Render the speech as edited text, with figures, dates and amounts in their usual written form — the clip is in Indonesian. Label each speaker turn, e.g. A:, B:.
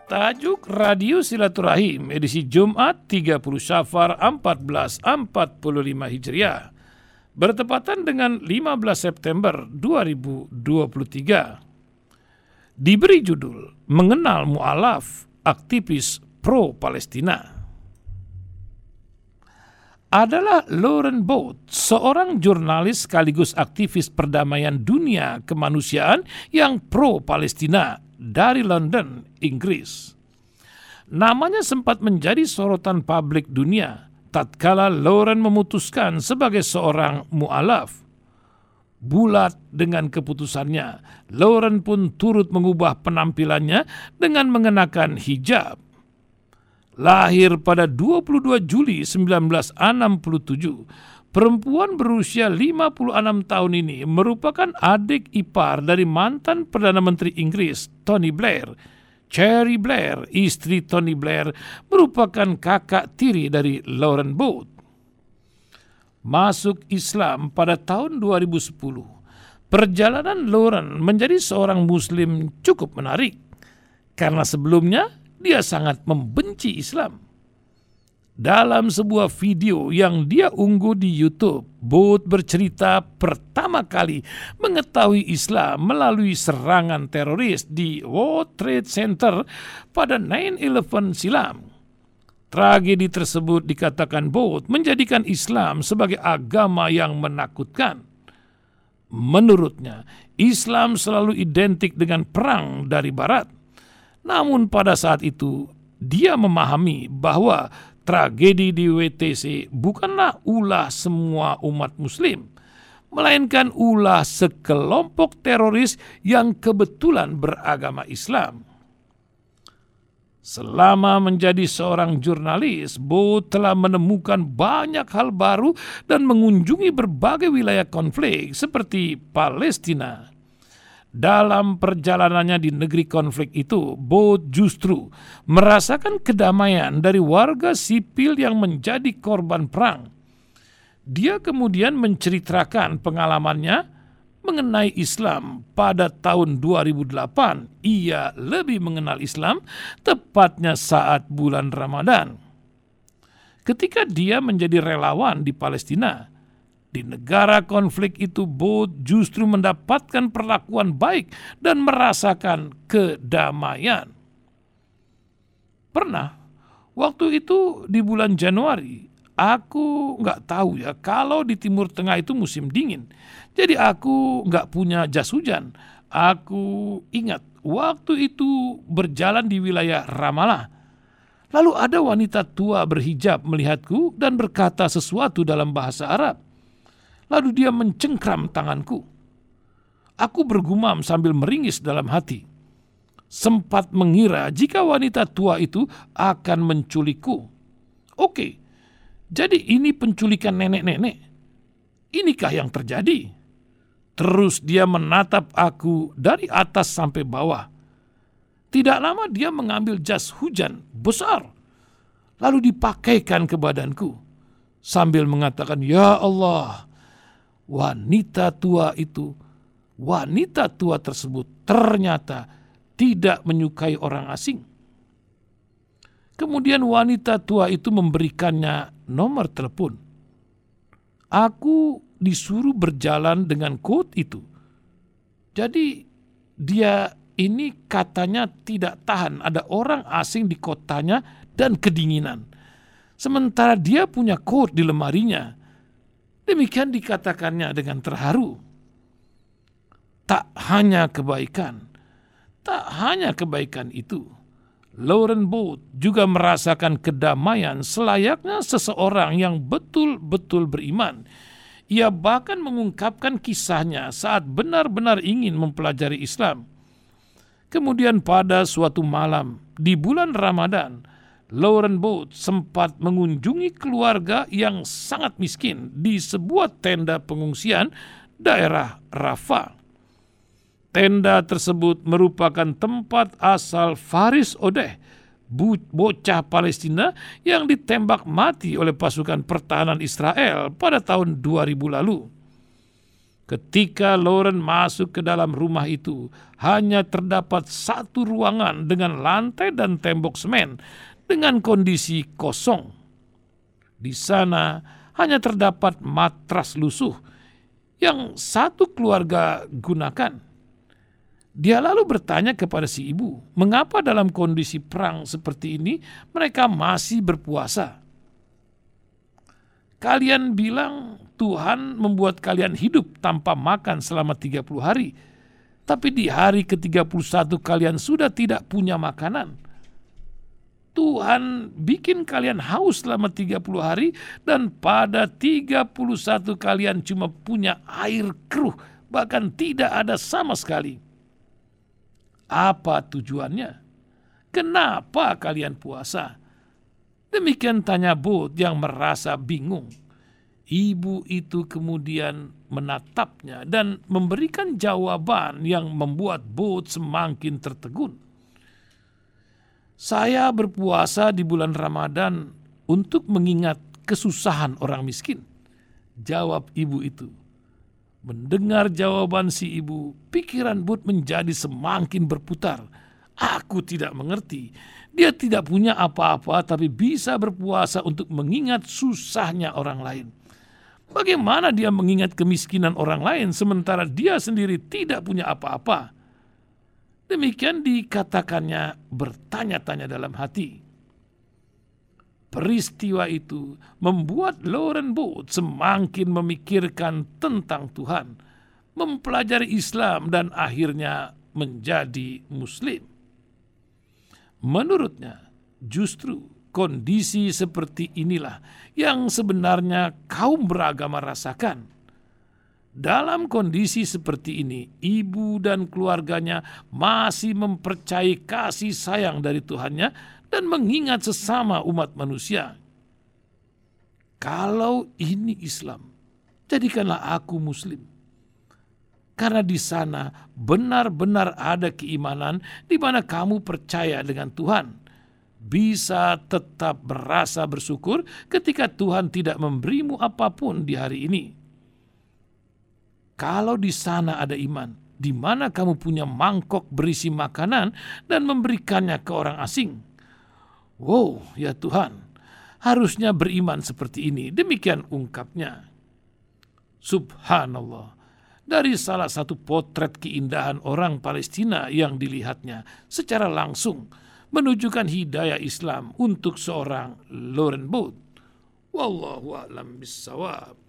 A: Tajuk Radio Silaturahim edisi Jumat 30 Syafar 1445 Hijriah bertepatan dengan 15 September 2023. Diberi judul Mengenal Mu'alaf, Aktivis Pro-Palestina. Adalah Lauren Boat, seorang jurnalis sekaligus aktivis perdamaian dunia kemanusiaan yang pro-Palestina dari London, Inggris. Namanya sempat menjadi sorotan publik dunia tatkala Lauren memutuskan sebagai seorang mu'alaf. Bulat dengan keputusannya, Lauren pun turut mengubah penampilannya dengan mengenakan hijab. Lahir pada 22 Juli 1967, perempuan berusia 56 tahun ini merupakan adik ipar dari mantan Perdana Menteri Inggris Tony Blair. Cherie Blair, istri Tony Blair, merupakan kakak tiri dari Lauren Boat. Masuk Islam pada tahun 2010, perjalanan Lauren menjadi seorang Muslim cukup menarik karena sebelumnya dia sangat membenci Islam. Dalam sebuah video yang dia unggah di YouTube, Boat bercerita pertama kali mengetahui Islam melalui serangan teroris di World Trade Center pada 9/11 silam. Tragedi tersebut dikatakan Boat menjadikan Islam sebagai agama yang menakutkan. Menurutnya, Islam selalu identik dengan perang dari Barat. Namun pada saat itu, dia memahami bahwa tragedi di WTC bukanlah ulah semua umat muslim, melainkan ulah sekelompok teroris yang kebetulan beragama Islam. Selama menjadi seorang jurnalis, Boat telah menemukan banyak hal baru dan mengunjungi berbagai wilayah konflik seperti Palestina. Dalam perjalanannya di negeri konflik itu, Boat justru merasakan kedamaian dari warga sipil yang menjadi korban perang. Dia kemudian menceritakan pengalamannya mengenai Islam pada tahun 2008. Ia lebih mengenal Islam tepatnya saat bulan Ramadan. Ketika dia menjadi relawan di Palestina, di negara konflik itu, Boat justru mendapatkan perlakuan baik dan merasakan kedamaian. Pernah, waktu itu di bulan Januari, aku nggak tahu ya kalau di Timur Tengah itu musim dingin. Jadi aku nggak punya jas hujan. Aku ingat waktu itu berjalan di wilayah Ramallah. Lalu ada wanita tua berhijab melihatku dan berkata sesuatu dalam bahasa Arab. Lalu dia mencengkram tanganku. Aku bergumam sambil meringis dalam hati. Sempat mengira jika wanita tua itu akan menculikku. Oke, jadi ini penculikan nenek-nenek. Inikah yang terjadi? Terus dia menatap aku dari atas sampai bawah. Tidak lama dia mengambil jas hujan besar, lalu dipakaikan ke badanku. Sambil mengatakan, "Ya Allah, wanita tua tersebut ternyata tidak menyukai orang asing." Kemudian wanita tua itu memberikannya nomor telepon. Aku disuruh berjalan dengan kode itu. Jadi dia ini katanya tidak tahan ada orang asing di kotanya dan kedinginan. Sementara dia punya kode di lemarinya. Demikian dikatakannya dengan terharu. Tak hanya kebaikan itu, Lauren Boat juga merasakan kedamaian selayaknya seseorang yang betul-betul beriman. Ia bahkan mengungkapkan kisahnya saat benar-benar ingin mempelajari Islam. Kemudian pada suatu malam di bulan Ramadan, Lauren Boat sempat mengunjungi keluarga yang sangat miskin di sebuah tenda pengungsian daerah Rafah. Tenda tersebut merupakan tempat asal Faris Odeh, bocah Palestina yang ditembak mati oleh pasukan pertahanan Israel pada tahun 2000 lalu. Ketika Lauren masuk ke dalam rumah itu, hanya terdapat satu ruangan dengan lantai dan tembok semen dengan kondisi kosong. Di sana hanya terdapat matras lusuh yang satu keluarga gunakan. Dia lalu bertanya kepada si ibu, mengapa dalam kondisi perang seperti ini mereka masih berpuasa? Kalian bilang Tuhan membuat kalian hidup tanpa makan selama 30 hari. Tapi di hari ke-31 kalian sudah tidak punya makanan. Tuhan bikin kalian haus selama 30 hari dan pada 31 kalian cuma punya air keruh, bahkan tidak ada sama sekali. Apa tujuannya? Kenapa kalian puasa? Demikian tanya Booth yang merasa bingung. Ibu itu kemudian menatapnya dan memberikan jawaban yang membuat Booth semakin tertegun. Saya berpuasa di bulan Ramadan untuk mengingat kesusahan orang miskin, jawab ibu itu. Mendengar jawaban si ibu, pikiran Booth menjadi semakin berputar. Aku tidak mengerti. Dia tidak punya apa-apa tapi bisa berpuasa untuk mengingat susahnya orang lain. Bagaimana dia mengingat kemiskinan orang lain sementara dia sendiri tidak punya apa-apa? Demikian dikatakannya bertanya-tanya dalam hati. Peristiwa itu membuat Lauren Booth semakin memikirkan tentang Tuhan, mempelajari Islam dan akhirnya menjadi Muslim. Menurutnya, justru kondisi seperti inilah yang sebenarnya kaum beragama rasakan. Dalam kondisi seperti ini, ibu dan keluarganya masih mempercayai kasih sayang dari Tuhannya dan mengingat sesama umat manusia. Kalau ini Islam, jadikanlah aku Muslim. Karena di sana benar-benar ada keimanan di mana kamu percaya dengan Tuhan. Bisa tetap merasa bersyukur ketika Tuhan tidak memberimu apapun di hari ini. Kalau di sana ada iman, di mana kamu punya mangkok berisi makanan dan memberikannya ke orang asing. Wow, ya Tuhan, harusnya beriman seperti ini. Demikian ungkapnya. Subhanallah. Dari salah satu potret keindahan orang Palestina yang dilihatnya secara langsung menunjukkan hidayah Islam untuk seorang Lauren Booth. Wallahu a'lam bissawab.